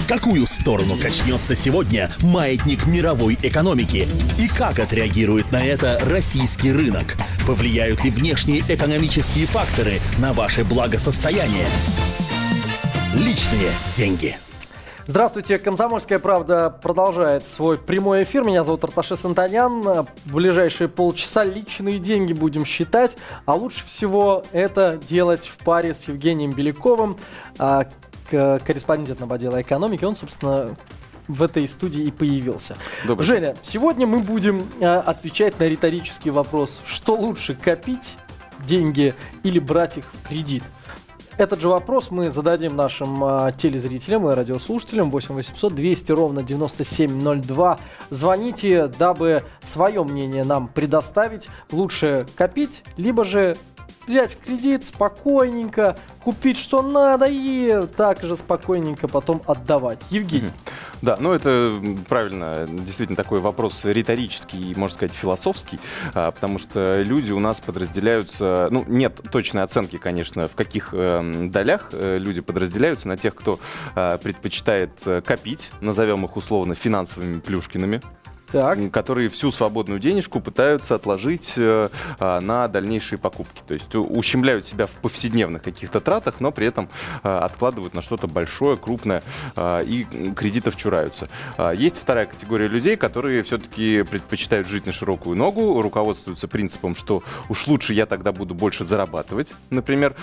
В какую сторону качнется сегодня маятник мировой экономики? И как отреагирует на это российский рынок? Повлияют ли внешние экономические факторы на ваше благосостояние? Личные деньги. Здравствуйте, «Комсомольская правда» продолжает свой прямой эфир. Меня зовут Арташес Антонян. В ближайшие полчаса личные деньги будем считать, а лучше всего это делать в паре с Евгением Беляковым, корреспондентом отдела экономики. Он, собственно, в этой студии и появился. Добрый Женя, день. Сегодня мы будем отвечать на риторический вопрос: что лучше, копить деньги или брать их в кредит? Этот же вопрос мы зададим нашим телезрителям и радиослушателям. 8 800 200 ровно 9702. Звоните, дабы свое мнение нам предоставить. Лучше копить, либо же взять в кредит спокойненько, купить что надо и так же спокойненько потом отдавать. Евгений. Да, ну это правильно, действительно такой вопрос риторический и, можно сказать, философский, потому что люди у нас подразделяются, ну нет точной оценки, конечно, в каких долях люди подразделяются на тех, кто предпочитает копить, назовем их условно финансовыми плюшкиными, которые всю свободную денежку пытаются отложить на дальнейшие покупки. То есть ущемляют себя в повседневных каких-то тратах, но при этом откладывают на что-то большое, крупное и кредитов чураются. Есть вторая категория людей, которые все-таки предпочитают жить на широкую ногу, руководствуются принципом, что уж лучше я тогда буду больше зарабатывать, например,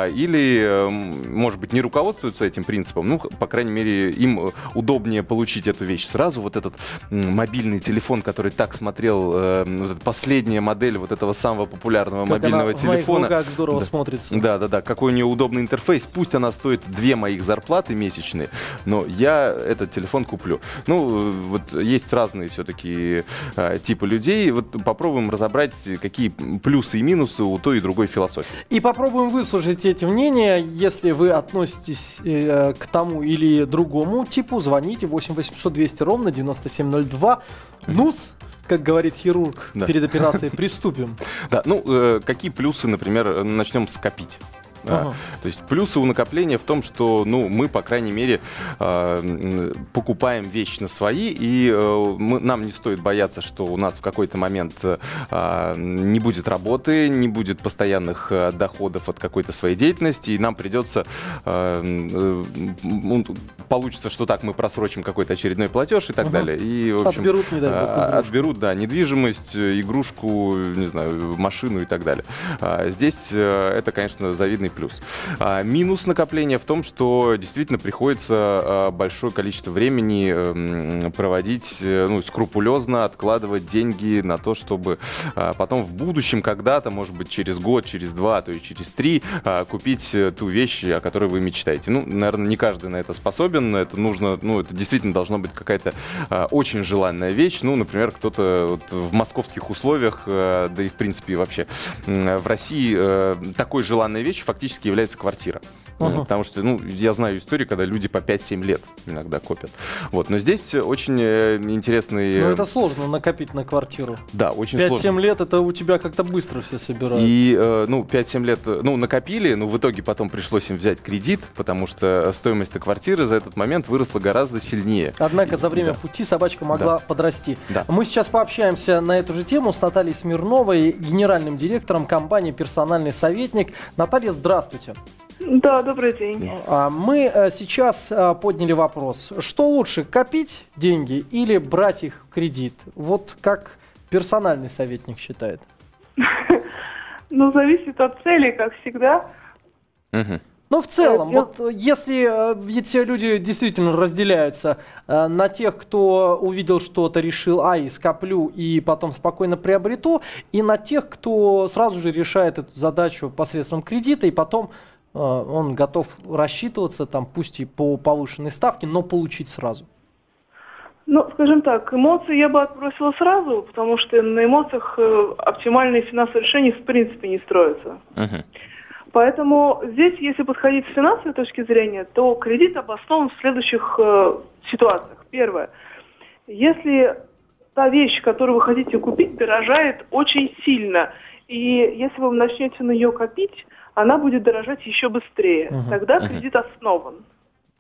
или, может быть, не руководствуются этим принципом, ну, по крайней мере, им удобнее получить эту вещь сразу, вот этот мобильный телефон, который так смотрел, последняя модель вот этого самого популярного мобильного телефона. Как здорово смотрится. Да, какой у нее удобный интерфейс. Пусть она стоит 2 моих зарплаты месячные, но я этот телефон куплю. Ну, вот есть разные все-таки типы людей. Вот попробуем разобрать, какие плюсы и минусы у той и другой философии. И попробуем выслушать эти мнения. Если вы относитесь к тому или другому типу, звоните 8 800 200 ровно 9702. Ну-с, как говорит хирург, перед операцией приступим. Да, ну, какие плюсы, например, начнем с копить. То есть плюсы у накопления в том, что мы, по крайней мере, покупаем вещи на свои, и нам не стоит бояться, что у нас в какой-то момент не будет работы, не будет постоянных доходов от какой-то своей деятельности, и нам придется, получится, что так мы просрочим какой-то очередной платеж и так далее. И, в общем, отберут, не дай бог, игрушку. Отберут, да, недвижимость, игрушку, не знаю, машину и так далее. Здесь это, конечно, завидный плюс. Минус накопления в том, что действительно приходится большое количество времени проводить, скрупулезно откладывать деньги на то, чтобы потом в будущем когда-то, может быть, через год, через 2, то и через 3 купить ту вещь, о которой вы мечтаете. Ну, наверное, не каждый на это способен. Это нужно, это действительно должна быть какая-то очень желанная вещь. Ну, например, кто-то в московских условиях, да и в принципе вообще в России такой желанной вещью фактически является квартира. Потому что, я знаю истории, когда люди по 5-7 лет иногда копят. Вот. Но здесь очень интересный... Ну, это сложно накопить на квартиру. Да, очень 5-7 сложно. 5-7 лет, это у тебя как-то быстро все собирают. И, 5-7 лет, накопили, но в итоге потом пришлось им взять кредит, потому что стоимость квартиры за этот момент выросла гораздо сильнее. Однако за время пути собачка могла подрасти. Да. Мы сейчас пообщаемся на эту же тему с Натальей Смирновой, генеральным директором компании «Персональный советник». Наталья, здравствуйте. Да, добрый день. Мы сейчас подняли вопрос, что лучше, копить деньги или брать их в кредит? Вот как персональный советник считает. Зависит от цели, как всегда. Ну, в целом, вот если эти люди действительно разделяются на тех, кто увидел что-то, решил, и скоплю, и потом спокойно приобрету, и на тех, кто сразу же решает эту задачу посредством кредита, и потом он готов рассчитываться, пусть и по повышенной ставке, но получить сразу. Скажем так, эмоции я бы отбросила сразу, потому что на эмоциях оптимальные финансовые решения в принципе не строятся. Поэтому здесь, если подходить с финансовой точки зрения, то кредит обоснован в следующих ситуациях. Первое. Если та вещь, которую вы хотите купить, дорожает очень сильно, и если вы начнете на нее копить, она будет дорожать еще быстрее. Тогда кредит основан.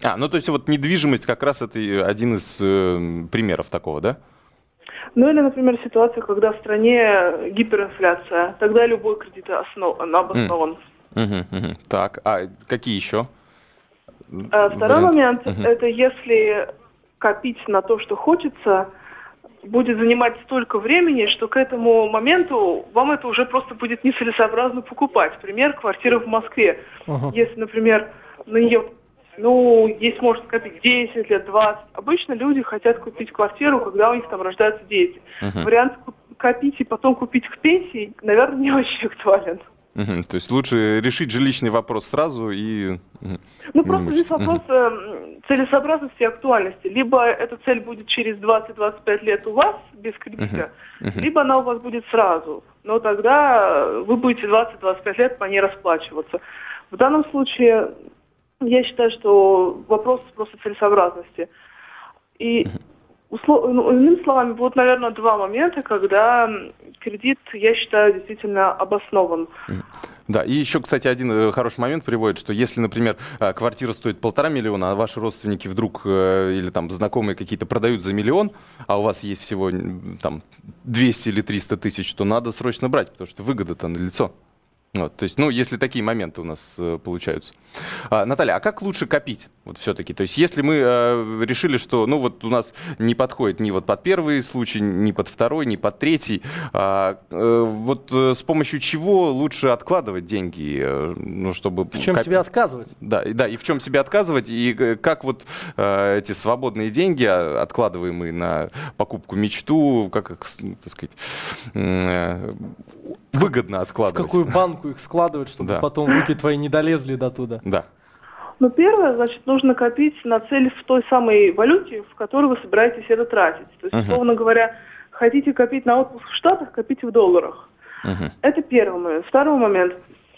Ну то есть вот недвижимость как раз это один из примеров такого, да? Ну или, например, ситуация, когда в стране гиперинфляция, тогда любой кредит обоснован. Так, а какие еще? Второй момент, это если копить на то, что хочется, будет занимать столько времени, что к этому моменту вам это уже просто будет нецелесообразно покупать. Пример, квартира в Москве. Если, например, на нее, есть можно скопить 10 лет, 20. Обычно люди хотят купить квартиру, когда у них там рождаются дети. Вариант копить и потом купить к пенсии, наверное, не очень актуален. То есть лучше решить жилищный вопрос сразу и... Просто здесь вопрос целесообразности и актуальности. Либо эта цель будет через 20-25 лет у вас без кредита, либо она у вас будет сразу. Но тогда вы будете 20-25 лет по ней расплачиваться. В данном случае я считаю, что вопрос просто целесообразности. И иными словами, вот, наверное, два момента, когда кредит, я считаю, действительно обоснован. Да, и еще, кстати, один хороший момент приводит, что если, например, квартира стоит 1,5 миллиона, а ваши родственники вдруг или там знакомые какие-то продают за 1 миллион, а у вас есть всего там 200 или 300 тысяч, то надо срочно брать, потому что выгода-то налицо. Вот, то есть, если такие моменты у нас получаются. Наталья, а как лучше копить вот все-таки? То есть, если мы решили, что у нас не подходит ни вот под первый случай, ни под второй, ни под третий, с помощью чего лучше откладывать деньги, чтобы... В чем себе отказывать? Да, и в чем себе отказывать, и как вот эти свободные деньги, откладываемые на покупку мечту, как их, так сказать, выгодно откладывать? В какую банку их складывать, чтобы потом руки твои не долезли до туда? Да. Первое, значит, нужно копить на цель в той самой валюте, в которой вы собираетесь это тратить. То есть, условно говоря, хотите копить на отпуск в Штатах, копите в долларах. Это первый момент. Второй момент.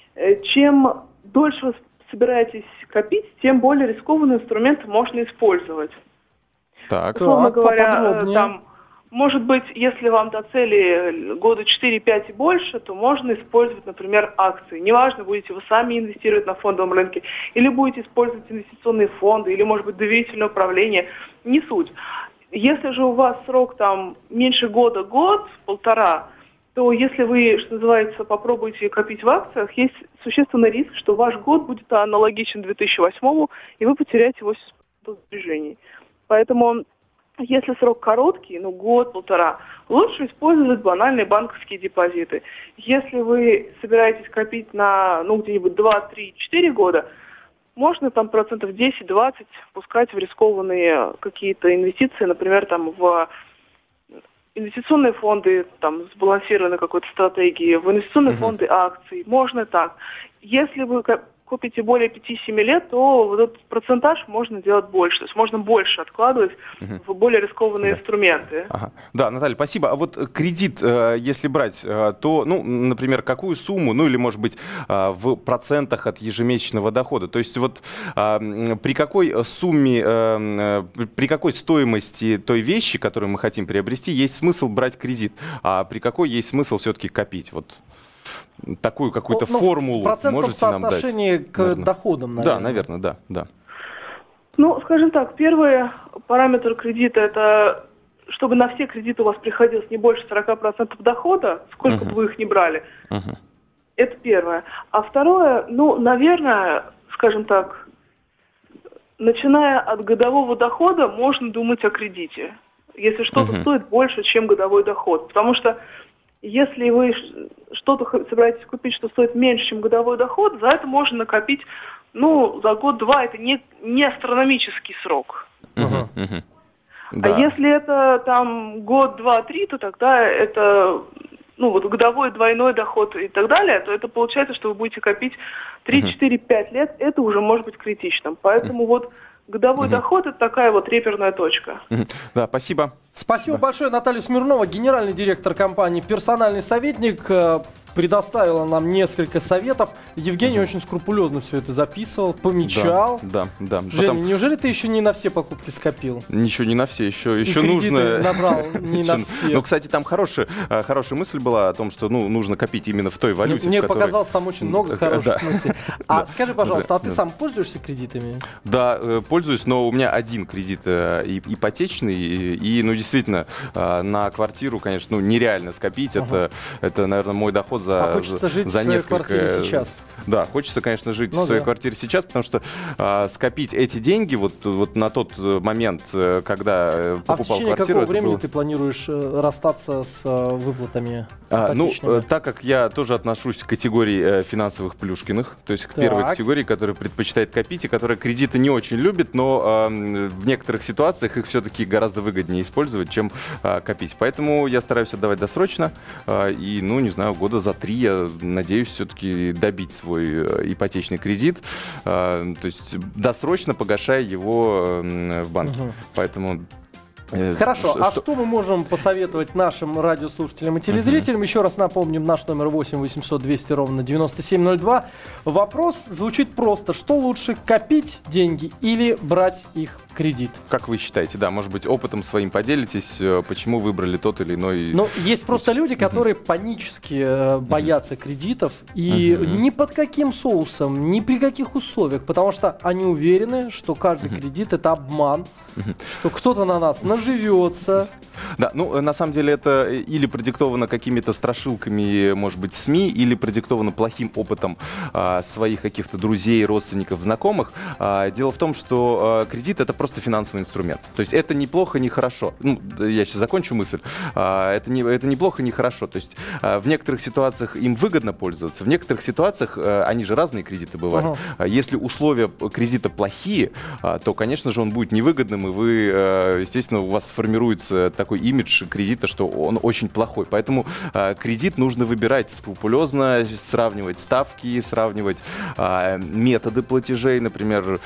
Чем дольше вы собираетесь копить, тем более рискованные инструменты можно использовать. Так. Условно говоря, может быть, если вам до цели года 4-5 и больше, то можно использовать, например, акции. Неважно, будете вы сами инвестировать на фондовом рынке, или будете использовать инвестиционные фонды, или, может быть, доверительное управление. Не суть. Если же у вас срок меньше года, год-полтора, то если вы, что называется, попробуете копить в акциях, есть существенный риск, что ваш год будет аналогичен 2008, и вы потеряете 80% сбережений. Поэтому... Если срок короткий, год-полтора, лучше использовать банальные банковские депозиты. Если вы собираетесь копить на, где-нибудь 2, 3, 4 года, можно там 10-20% пускать в рискованные какие-то инвестиции, например, в инвестиционные фонды, сбалансированной какой-то стратегии, в инвестиционные фонды акций. Можно так. Если вы купите более 5-7 лет, то вот этот процентаж можно делать больше. То есть можно больше откладывать в более рискованные инструменты. Да, Наталья, спасибо. А вот кредит, если брать, то, например, какую сумму, или, может быть, в процентах от ежемесячного дохода? То есть вот при какой сумме, при какой стоимости той вещи, которую мы хотим приобрести, есть смысл брать кредит, а при какой есть смысл все-таки копить? Вот. Такую какую-то формулу можете нам дать? В соотношении к доходам, наверное. Да, наверное, да. Скажем так, первый параметр кредита – это чтобы на все кредиты у вас приходилось не больше 40% дохода, сколько бы вы их ни брали. Это первое. А второе, наверное, скажем так, начиная от годового дохода, можно думать о кредите. Если что-то стоит больше, чем годовой доход. Потому что если вы что-то собираетесь купить, что стоит меньше, чем годовой доход, за это можно накопить, за год-два. Это не астрономический срок. Да. А если это год, два, три, то тогда это годовой двойной доход и так далее, то это получается, что вы будете копить 3, 4, 5 лет. Это уже может быть критичным. Поэтому годовой доход – это такая реперная точка. Да, спасибо. Спасибо большое, Наталья Смирнова, генеральный директор компании «Персональный советник». предоставила нам несколько советов. Евгений очень скрупулезно все это записывал, помечал. Да. Женя, неужели ты еще не на все покупки скопил? Ничего не на все, еще нужно. Набрал не на все. Ну, кстати, там хорошая мысль была о том, что нужно копить именно в той валюте, Мне в которой... показалось, там очень много хороших мыслей. Скажи, пожалуйста, ты сам пользуешься кредитами? Да, пользуюсь, но у меня один кредит ипотечный, и действительно, на квартиру, конечно, нереально скопить. Это, наверное, мой доход за хочется жить за в своей несколько... квартире сейчас. Да, хочется, конечно, жить в своей квартире сейчас, потому что скопить эти деньги вот на тот момент, когда покупал квартиру... А в течение какого времени ты планируешь расстаться с выплатами ипотечными? Так как я тоже отношусь к категории финансовых плюшкиных, то есть к первой категории, которая предпочитает копить и которая кредиты не очень любит, но в некоторых ситуациях их все-таки гораздо выгоднее использовать, чем копить. Поэтому я стараюсь отдавать досрочно, и, не знаю, года за 3 я надеюсь все-таки добить свой ипотечный кредит, то есть досрочно погашая его в банке. Поэтому... Хорошо, что мы можем посоветовать нашим радиослушателям и телезрителям? Еще раз напомним, наш номер 8 800 200 ровно 9702. Вопрос звучит просто. Что лучше, копить деньги или брать их в кредит? Как вы считаете? Да, может быть, опытом своим поделитесь, почему выбрали тот или иной... Но есть просто люди, которые панически боятся кредитов и ни под каким соусом, ни при каких условиях, потому что они уверены, что каждый кредит — это обман, что кто-то на нас наживется. Да, на самом деле это или продиктовано какими-то страшилками, может быть, СМИ, или продиктовано плохим опытом своих каких-то друзей, родственников, знакомых. Дело в том, что кредит — это просто финансовый инструмент. То есть это ни плохо, ни хорошо. Я сейчас закончу мысль. Это ни плохо, ни хорошо. То есть в некоторых ситуациях им выгодно пользоваться, в некоторых ситуациях, они же разные кредиты бывают. Если условия кредита плохие, то, конечно же, он будет невыгодным, и вы, естественно, у вас сформируется такой имидж кредита, что он очень плохой. Поэтому кредит нужно выбирать скрупулезно, сравнивать ставки, сравнивать методы платежей. Например,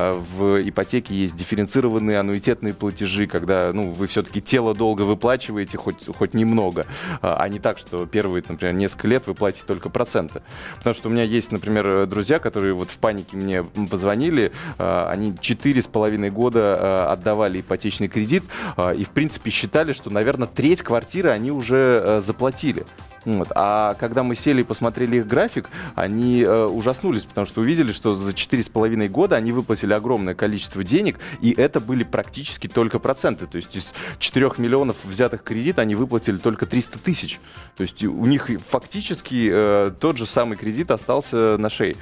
в ипотеке есть дифференцированные аннуитетные платежи, когда вы все-таки тело долго выплачиваете хоть немного, а не так, что первые, например, несколько лет вы платите только проценты. Потому что у меня есть, например, друзья, которые вот в панике мне позвонили, они 4,5 года отдавали ипотечный кредит и, в принципе, считали, что, наверное, треть квартиры они уже заплатили. А когда мы сели и посмотрели их график, они ужаснулись, потому что увидели, что за 4,5 года они выплатили огромное количество денег, и это были практически только проценты. То есть из 4 миллионов взятых кредит они выплатили только 300 тысяч. То есть у них фактически тот же самый кредит остался на шее.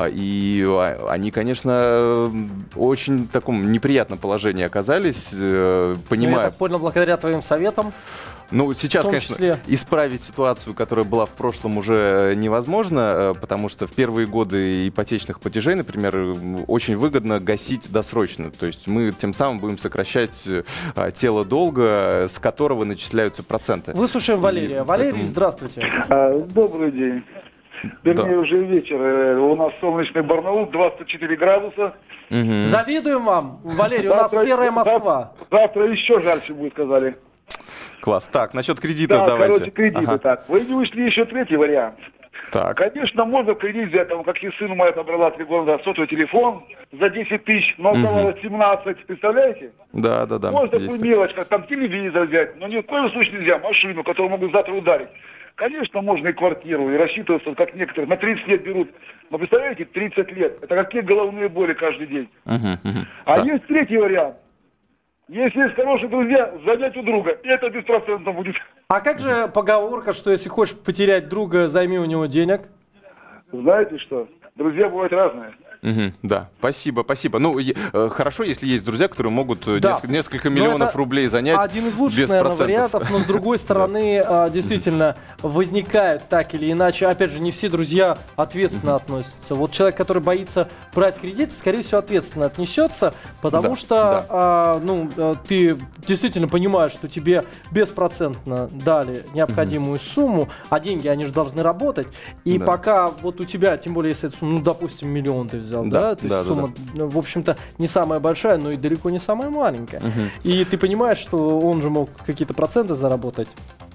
И они, конечно, очень в таком неприятном положении оказались, понимая... Я так понял, благодаря твоим советам. Сейчас, конечно, исправить ситуацию, которая была в прошлом, уже невозможно, потому что в первые годы ипотечных платежей, например, очень выгодно гасить досрочно. То есть мы тем самым будем сокращать тело долга, с которого начисляются проценты. Выслушаем Валерия. Валерий, здравствуйте. Добрый день. Вернее, уже вечер. У нас солнечный Барнаул, 24 градуса. Завидуем вам, Валерий, у нас серая Москва. Завтра еще жарче будет, сказали. Класс. Так, насчет кредитов давайте. Короче, кредиты. Так. Вы не ушли еще третий вариант. Так. Конечно, можно кредит взять, как и сын моя отобрала 3 года назад сотовый телефон за 10 тысяч, но отдавала 17, представляете? Да. Можно такую мелочь, как там телевизор взять, но ни в коем случае нельзя машину, которую могут завтра ударить. Конечно, можно и квартиру, и рассчитываться, как некоторые, на 30 лет берут. Но представляете, 30 лет, это какие головные боли каждый день. Есть третий вариант. Если есть хорошие друзья, занять у друга, и это беспроцентно будет. А как же поговорка, что если хочешь потерять друга, займи у него денег? Знаете что? Друзья бывают разные. Да, спасибо. Хорошо, если есть друзья, которые могут несколько миллионов рублей занять без процентов. Один из лучших, наверное, вариантов, но с другой стороны, действительно, возникает так или иначе, опять же, не все друзья ответственно относятся. Вот человек, который боится брать кредит, скорее всего, ответственно отнесется, потому что ты действительно понимаешь, что тебе беспроцентно дали необходимую сумму, а деньги, они же должны работать, и пока вот у тебя, тем более, если это сумма, допустим, миллион ты взял, то есть сумма, в общем-то, не самая большая, но и далеко не самая маленькая. И ты понимаешь, что он же мог какие-то проценты заработать.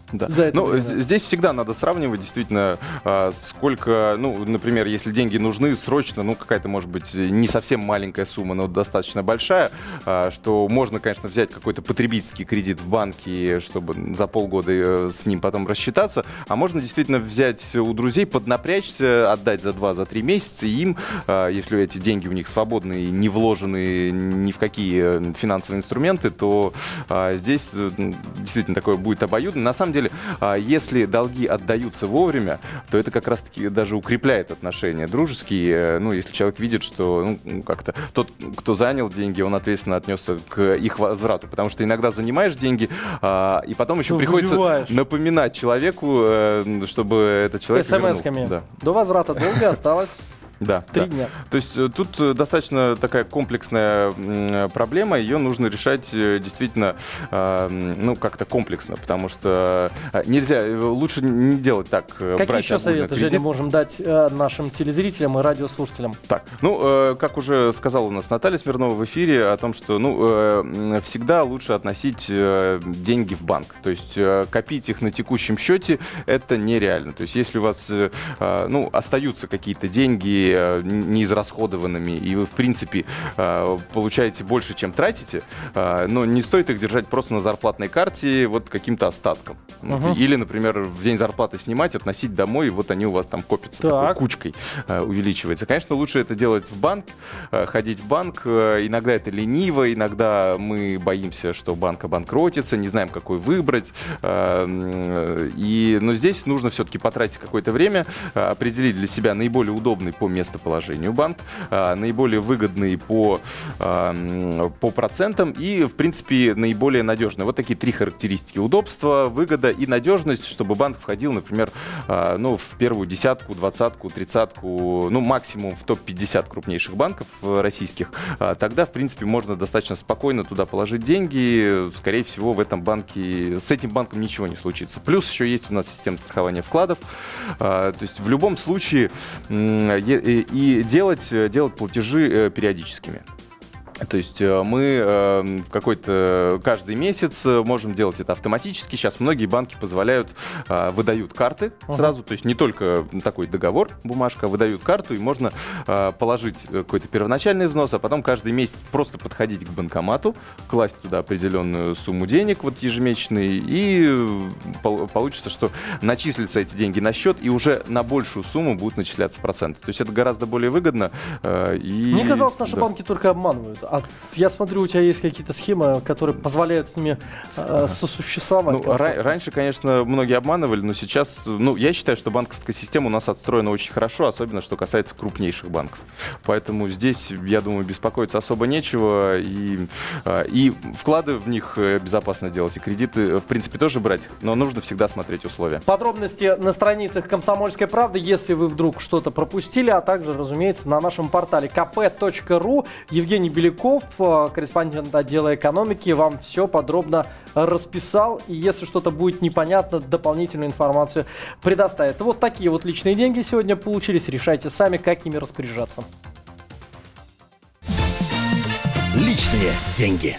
Да. Здесь всегда надо сравнивать, действительно, сколько, например, если деньги нужны срочно, какая-то, может быть, не совсем маленькая сумма, но достаточно большая, что можно, конечно, взять какой-то потребительский кредит в банке, чтобы за полгода с ним потом рассчитаться, а можно действительно взять у друзей, поднапрячься, отдать за 2-3 месяца, и им, если эти деньги у них свободные, не вложены ни в какие финансовые инструменты, то здесь действительно такое будет обоюдно. На самом деле, если долги отдаются вовремя, то это как раз-таки даже укрепляет отношения дружеские. Если человек видит, что как-то тот, кто занял деньги, он ответственно отнесся к их возврату. Потому что иногда занимаешь деньги, и потом еще приходится напоминать человеку, чтобы этот человек вернул. СМС-ками. Да. До возврата долга осталось... 3 дня. То есть тут достаточно такая комплексная проблема, ее нужно решать действительно как-то комплексно, потому что лучше не делать так. Какие еще советы, Женя, можем дать нашим телезрителям и радиослушателям? Так, как уже сказала у нас Наталья Смирнова в эфире о том, что всегда лучше относить деньги в банк, то есть копить их на текущем счете это нереально. То есть если у вас остаются какие-то деньги неизрасходованными, и вы, в принципе, получаете больше, чем тратите, но не стоит их держать просто на зарплатной карте вот каким-то остатком. Или, например, в день зарплаты снимать, относить домой, и вот они у вас там копятся, такой кучкой увеличивается. Конечно, лучше это делать в банк, ходить в банк. Иногда это лениво, иногда мы боимся, что банк обанкротится, не знаем, какой выбрать. Но здесь нужно все-таки потратить какое-то время, определить для себя наиболее удобный по местоположению банк, наиболее выгодный по процентам и, в принципе, наиболее надежный. Вот такие 3 характеристики: удобство, выгода и надежность, чтобы банк входил, например, в первую десятку, 20-ку, 30-ку, максимум в топ-50 крупнейших банков российских. Тогда, в принципе, можно достаточно спокойно туда положить деньги. Скорее всего, с этим банком ничего не случится. Плюс еще есть у нас система страхования вкладов. То есть в любом случае и делать платежи периодическими. То есть мы каждый месяц можем делать это автоматически. Сейчас многие банки выдают карты сразу, то есть не только такой договор, бумажка, а выдают карту, и можно положить какой-то первоначальный взнос, а потом каждый месяц просто подходить к банкомату, класть туда определенную сумму денег ежемесячный, и получится, что начислятся эти деньги на счет, и уже на большую сумму будут начисляться проценты. То есть это гораздо более выгодно. Мне казалось, наши банки только обманывают. А я смотрю, у тебя есть какие-то схемы, которые позволяют с ними сосуществовать. Раньше, конечно, многие обманывали, но сейчас, я считаю, что банковская система у нас отстроена очень хорошо, особенно что касается крупнейших банков. Поэтому здесь, я думаю, беспокоиться особо нечего, и вклады в них безопасно делать, и кредиты, в принципе, тоже брать, но нужно всегда смотреть условия. Подробности на страницах «Комсомольской правды», если вы вдруг что-то пропустили, а также, разумеется, на нашем портале kp.ru. Евгений Беляков, корреспондент отдела экономики, вам все подробно расписал. И если что-то будет непонятно, дополнительную информацию предоставит. Вот такие вот личные деньги сегодня получились. Решайте сами, как ими распоряжаться. Личные деньги.